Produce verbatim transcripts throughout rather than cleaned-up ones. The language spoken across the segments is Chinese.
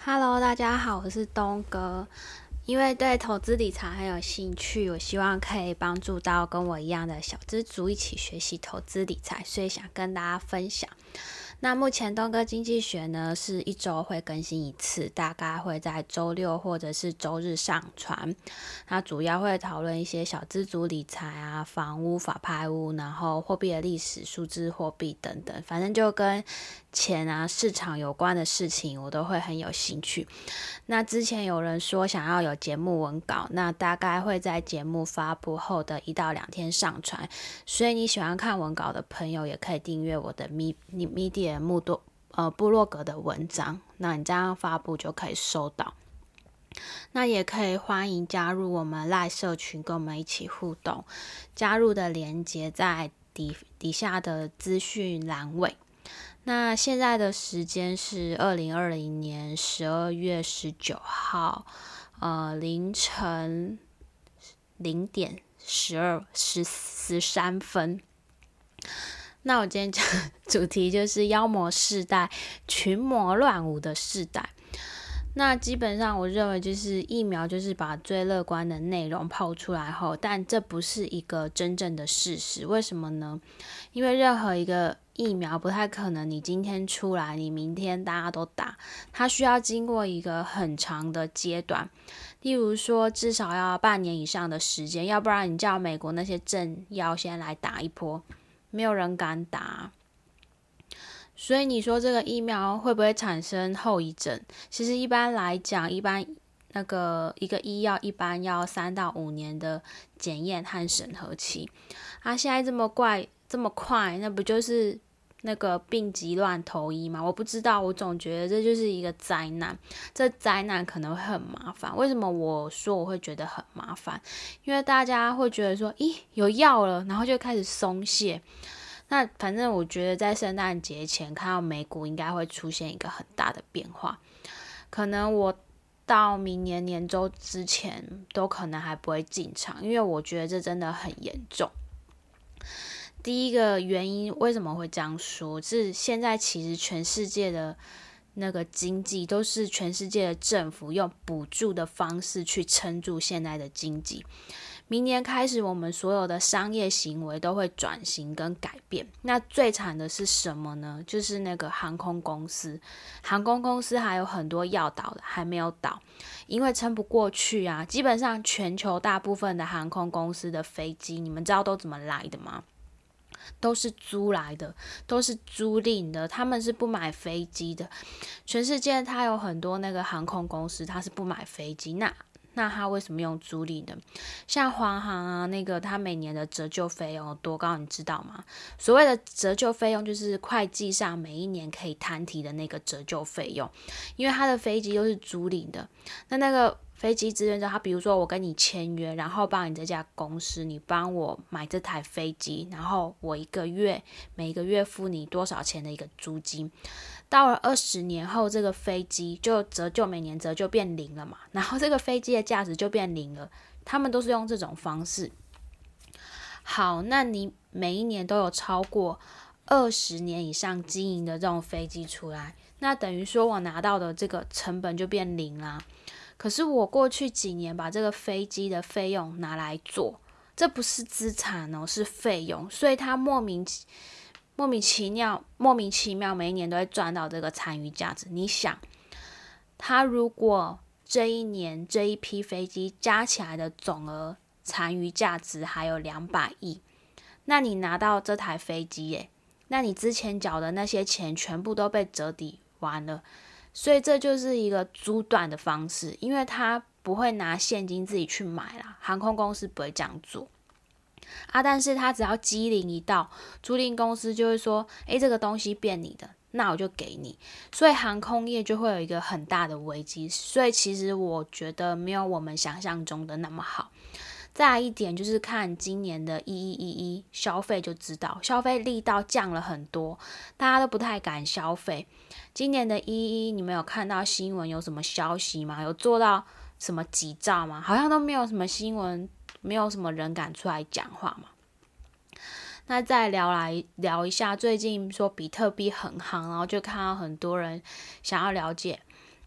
Hello，大家好，我是东哥。因为对投资理财很有兴趣，我希望可以帮助到跟我一样的小资族一起学习投资理财，所以想跟大家分享。那目前东哥经济学呢是一周会更新一次，大概会在周六或者是周日上传。它主要会讨论一些小资族理财啊、房屋、法拍屋，然后货币的历史、数字货币等等，反正就跟钱啊、市场有关的事情，我都会很有兴趣。那之前有人说想要有节目文稿，那大概会在节目发布后的一到两天上传，所以你喜欢看文稿的朋友也可以订阅我的 Media 木多呃部落格的文章，那你这样发布就可以收到。那也可以欢迎加入我们 LINE 社群，跟我们一起互动。加入的连结在底底下的资讯栏位。那现在的时间是二零二零年十二月十九号，呃，凌晨零点十二十十三分。那我今天讲的主题就是妖魔世代、群魔乱舞的世代。那基本上我认为就是疫苗就是把最乐观的内容抛出来后，但这不是一个真正的事实。为什么呢？因为任何一个疫苗不太可能你今天出来，你明天大家都打，它需要经过一个很长的阶段，例如说至少要半年以上的时间，要不然你叫美国那些政要先来打一波，没有人敢打。所以你说这个疫苗会不会产生后遗症？其实一般来讲，一般那个一个医药一般要三到五年的检验和审核期。啊，现在这么快这么快，那不就是那个病急乱投医吗？我不知道，我总觉得这就是一个灾难。这灾难可能会很麻烦。为什么我说我会觉得很麻烦？因为大家会觉得说，咦，有药了，然后就开始松懈。那反正我觉得在圣诞节前看到美股应该会出现一个很大的变化，可能我到明年年周之前都可能还不会进场，因为我觉得这真的很严重。第一个原因为什么会这样说，是现在其实全世界的那个经济都是全世界的政府用补助的方式去撑住现在的经济。明年开始，我们所有的商业行为都会转型跟改变。那最惨的是什么呢？就是那个航空公司，航空公司还有很多要倒的，还没有倒，因为撑不过去啊。基本上全球大部分的航空公司的飞机，你们知道都怎么来的吗？都是租来的，都是租赁的，他们是不买飞机的。全世界它有很多那个航空公司，它是不买飞机，那那他为什么用租赁的？像华航啊，那个他每年的折旧费用有多高，你知道吗？所谓的折旧费用就是会计上每一年可以摊提的那个折旧费用，因为他的飞机都是租赁的。那那个飞机资源，他比如说我跟你签约，然后帮你这家公司，你帮我买这台飞机，然后我一个月每个月付你多少钱的一个租金。到了二十年后，这个飞机就折旧，每年折旧变零了嘛，然后这个飞机的价值就变零了。他们都是用这种方式。好，那你每一年都有超过二十年以上经营的这种飞机出来，那等于说我拿到的这个成本就变零啦。可是我过去几年把这个飞机的费用拿来做，这不是资产哦，是费用，所以它莫名其莫名其妙，莫名其妙，每一年都会赚到这个残余价值。你想，他如果这一年这一批飞机加起来的总额残余价值还有两百亿，那你拿到这台飞机耶，那你之前缴的那些钱全部都被折抵完了。所以这就是一个租断的方式，因为他不会拿现金自己去买啦，航空公司不会这样做啊。但是他只要机灵一到，租赁公司就会说，诶，这个东西变你的，那我就给你。所以航空业就会有一个很大的危机。所以其实我觉得没有我们想象中的那么好。再来一点就是看今年的一一一一消费就知道，消费力道降了很多，大家都不太敢消费。今年的一一，你们有看到新闻有什么消息吗？有做到什么几兆吗？好像都没有什么新闻，没有什么人敢出来讲话嘛。那再聊来聊一下，最近说比特币很夯，然后就看到很多人想要了解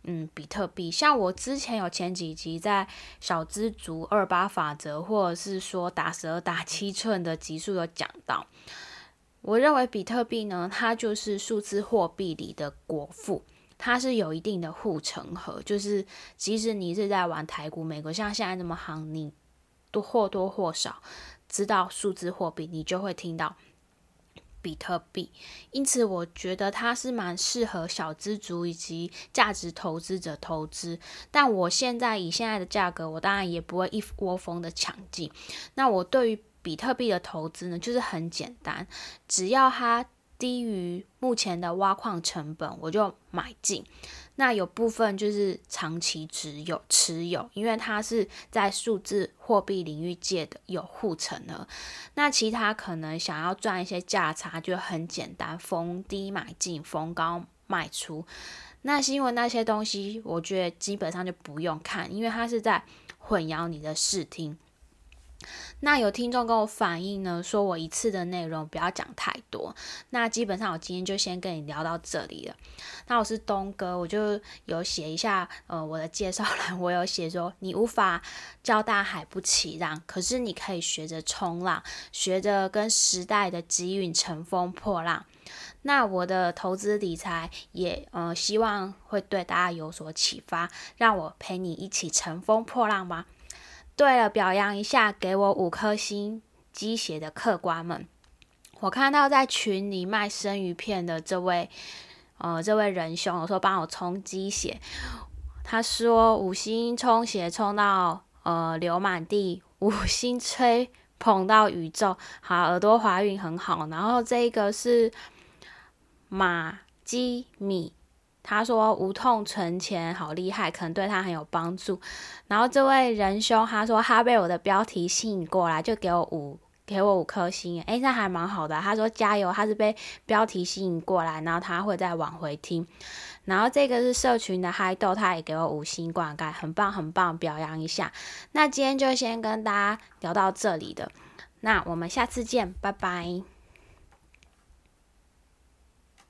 嗯比特币。像我之前有前几集在小资族二八法则，或者是说打折打七寸的集数有讲到，我认为比特币呢，它就是数字货币里的国父。它是有一定的护城河，就是即使你是在玩台股、美国，像现在这么行，你都或多或少知道数字货币，你就会听到比特币。因此我觉得它是蛮适合小资族以及价值投资者投资。但我现在以现在的价格，我当然也不会一窝蜂的抢进。那我对于比特币的投资呢，就是很简单，只要它低于目前的挖矿成本，我就买进。那有部分就是长期持有持有，因为它是在数字货币领域界的有护城河。那其他可能想要赚一些价差，就很简单，逢低买进，逢高卖出。那新闻那些东西，我觉得基本上就不用看，因为它是在混淆你的视听。那有听众跟我反映呢，说我一次的内容不要讲太多。那基本上我今天就先跟你聊到这里了。那我是东哥，我就有写一下呃我的介绍栏，我有写说你无法叫大海不起浪，可是你可以学着冲浪，学着跟时代的机运乘风破浪。那我的投资理财也呃希望会对大家有所启发，让我陪你一起乘风破浪吧。对了，表扬一下给我五颗星鸡血的客官们。我看到在群里卖生鱼片的这位呃这位仁兄，有说帮我冲鸡血，他说五星冲血冲到呃流满地，五星吹捧到宇宙，好，耳朵怀孕很好。然后这个是马基米，他说无痛存钱好厉害，可能对他很有帮助。然后这位仁兄他说他被我的标题吸引过来，就给我五给我五颗星，诶，那还蛮好的。他说加油，他是被标题吸引过来，然后他会再往回听。然后这个是社群的嗨豆，他也给我五星灌溉，很棒很棒，表扬一下。那今天就先跟大家聊到这里的，那我们下次见，拜拜。